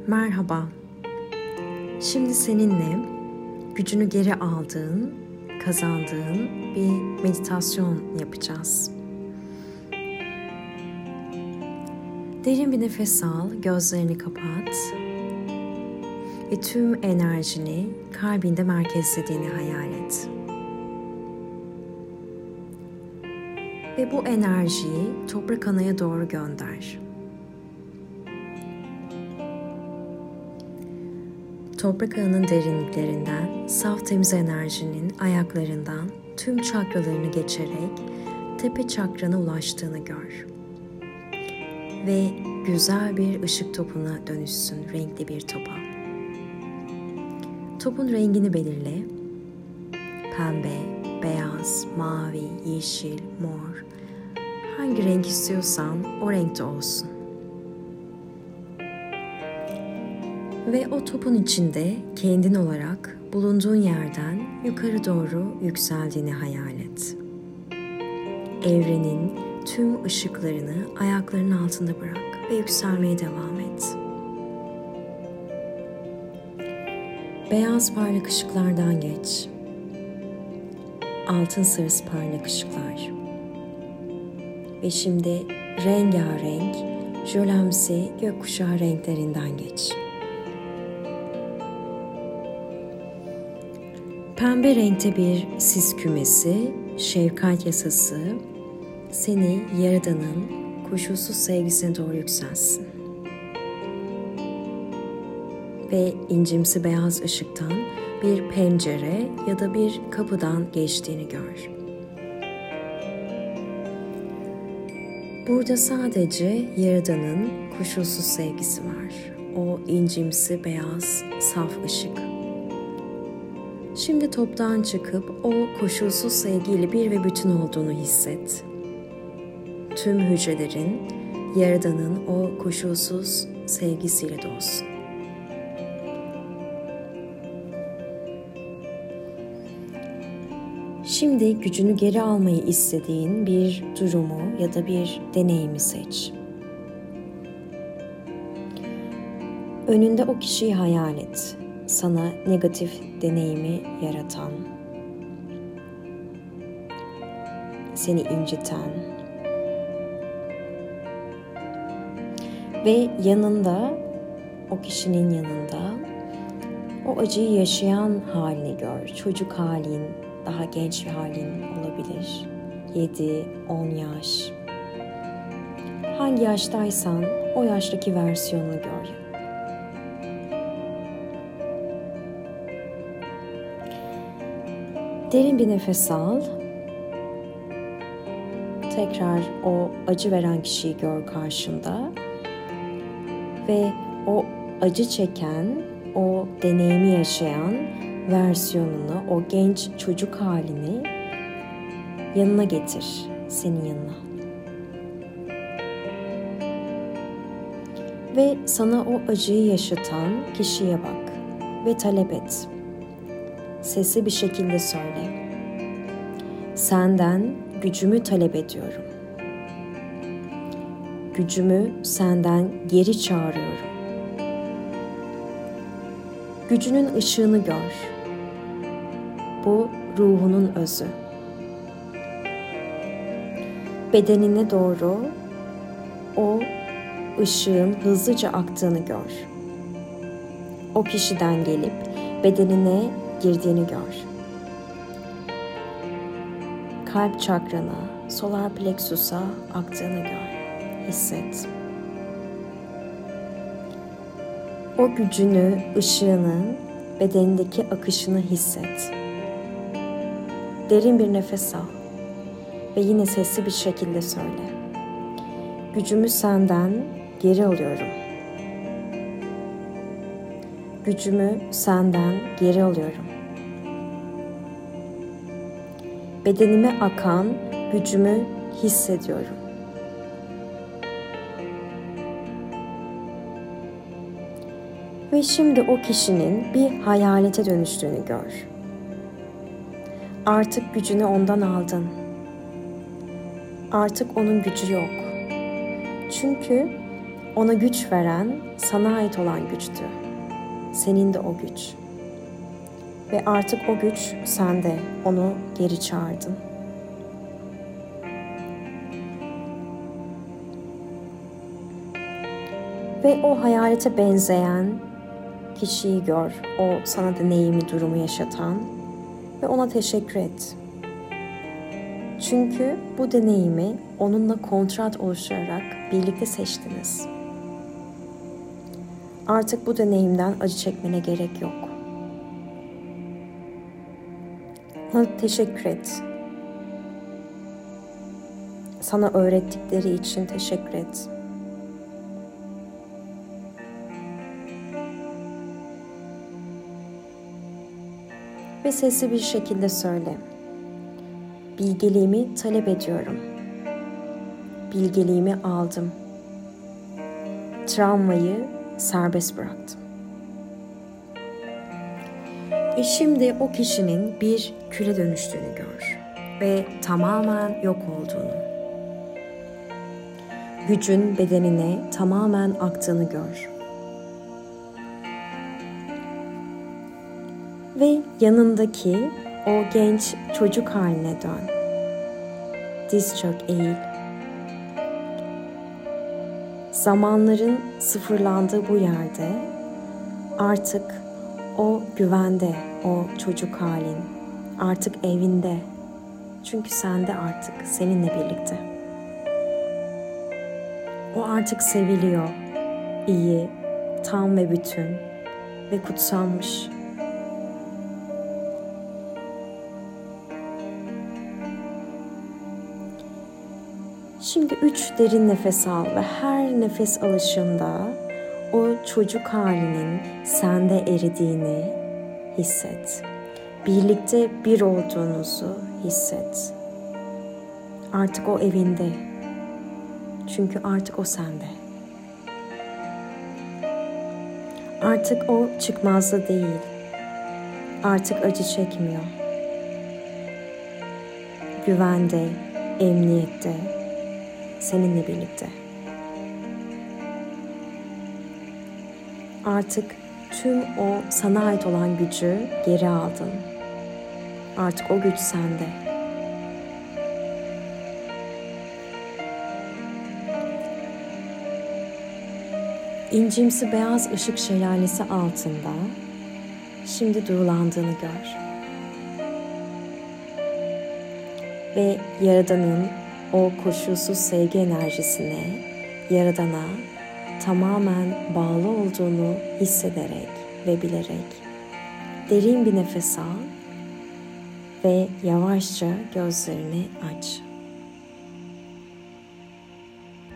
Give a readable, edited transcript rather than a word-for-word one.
Merhaba. Şimdi seninle gücünü geri aldığın, kazandığın bir meditasyon yapacağız. Derin bir nefes al, gözlerini kapat ve tüm enerjini kalbinde merkezlediğini hayal et. Ve bu enerjiyi toprak anaya doğru gönder. Toprak ağının derinliklerinden, saf temiz enerjinin ayaklarından tüm çakralarını geçerek tepe çakrana ulaştığını gör. Ve güzel bir ışık topuna dönüşsün, renkli bir topa. Topun rengini belirle. Pembe, beyaz, mavi, yeşil, mor. Hangi renk istiyorsan o renkte olsun. Ve o topun içinde kendin olarak bulunduğun yerden yukarı doğru yükseldiğini hayal et. Evrenin tüm ışıklarını ayaklarının altında bırak ve yükselmeye devam et. Beyaz parlak ışıklardan geç. Altın sarısı parlak ışıklar. Ve şimdi rengarenk, jölemsi gökkuşağı renklerinden geç. Pembe renkte bir sis kümesi, şefkat yasası seni Yaradan'ın koşulsuz sevgisine doğru yükselsin. Ve incimsi beyaz ışıktan bir pencere ya da bir kapıdan geçtiğini gör. Burada sadece Yaradan'ın koşulsuz sevgisi var. O incimsi beyaz saf ışık. Şimdi toptan çıkıp o koşulsuz sevgiyle bir ve bütün olduğunu hisset. Tüm hücrelerin Yaradan'ın o koşulsuz sevgisiyle dolsun. Şimdi gücünü geri almayı istediğin bir durumu ya da bir deneyimi seç. Önünde o kişiyi hayal et. Sana negatif deneyimi yaratan, seni inciten ve yanında, o kişinin yanında o acıyı yaşayan halini gör. Çocuk halin, daha genç bir halin olabilir. 7-10 yaş. Hangi yaştaysan o yaştaki versiyonunu gör. Derin bir nefes al. Tekrar o acı veren kişiyi gör karşında. Ve o acı çeken, o deneyimi yaşayan versiyonunu, o genç çocuk halini yanına getir, senin yanına. Ve sana o acıyı yaşatan kişiye bak ve talep et. Sesli bir şekilde söyle. Senden gücümü talep ediyorum. Gücümü senden geri çağırıyorum. Gücünün ışığını gör. Bu ruhunun özü. Bedenine doğru o ışığın hızlıca aktığını gör. O kişiden gelip bedenine girdiğini gör. Kalp çakrana, solar plexus'a aktığını gör. Hisset. O gücünü, ışığını, bedenindeki akışını hisset. Derin bir nefes al ve yine sesli bir şekilde söyle. Gücümü senden geri alıyorum. Gücümü senden geri alıyorum. Bedenime akan gücümü hissediyorum. Ve şimdi o kişinin bir hayalete dönüştüğünü gör. Artık gücünü ondan aldın. Artık onun gücü yok. Çünkü Ona güç veren sana ait olan güçtü. Senin de o güç. Ve artık o güç sende. Onu geri çağırdın. Ve o hayalete benzeyen kişiyi gör. O sana deneyimi, durumu yaşatan ve ona teşekkür et. Çünkü bu deneyimi onunla kontrat oluşturarak birlikte seçtiniz. Artık bu deneyimden acı çekmene gerek yok. Ona teşekkür et. Sana öğrettikleri için teşekkür et. Ve sesli bir şekilde söyle. Bilgeliğimi talep ediyorum. Bilgeliğimi aldım. Travmayı serbest bıraktım. Ve şimdi o kişinin bir küle dönüştüğünü gör ve tamamen yok olduğunu. Gücün bedenine tamamen aktığını gör. Ve yanındaki o genç çocuk haline dön. Diz çök, eğil. Zamanların sıfırlandığı bu yerde artık o güvende, o çocuk halin, artık evinde. Çünkü sen de artık seninle birlikte. O artık seviliyor, iyi, tam ve bütün ve kutsanmış. Şimdi 3 derin nefes al ve her nefes alışında o çocuk halinin sende eridiğini hisset. Birlikte bir olduğunuzu hisset. Artık o evinde. Çünkü artık o sende. Artık o çıkmazda değil. Artık acı çekmiyor. Güvende, emniyette, seninle birlikte. Artık tüm o sana ait olan gücü geri aldın. Artık o güç sende. İncimsi beyaz ışık şelalesi altında şimdi durulandığını gör. Ve Yaradan'ın o koşulsuz sevgi enerjisine, Yaradan'a tamamen bağlı olduğunu hissederek ve bilerek derin bir nefes al ve yavaşça gözlerini aç.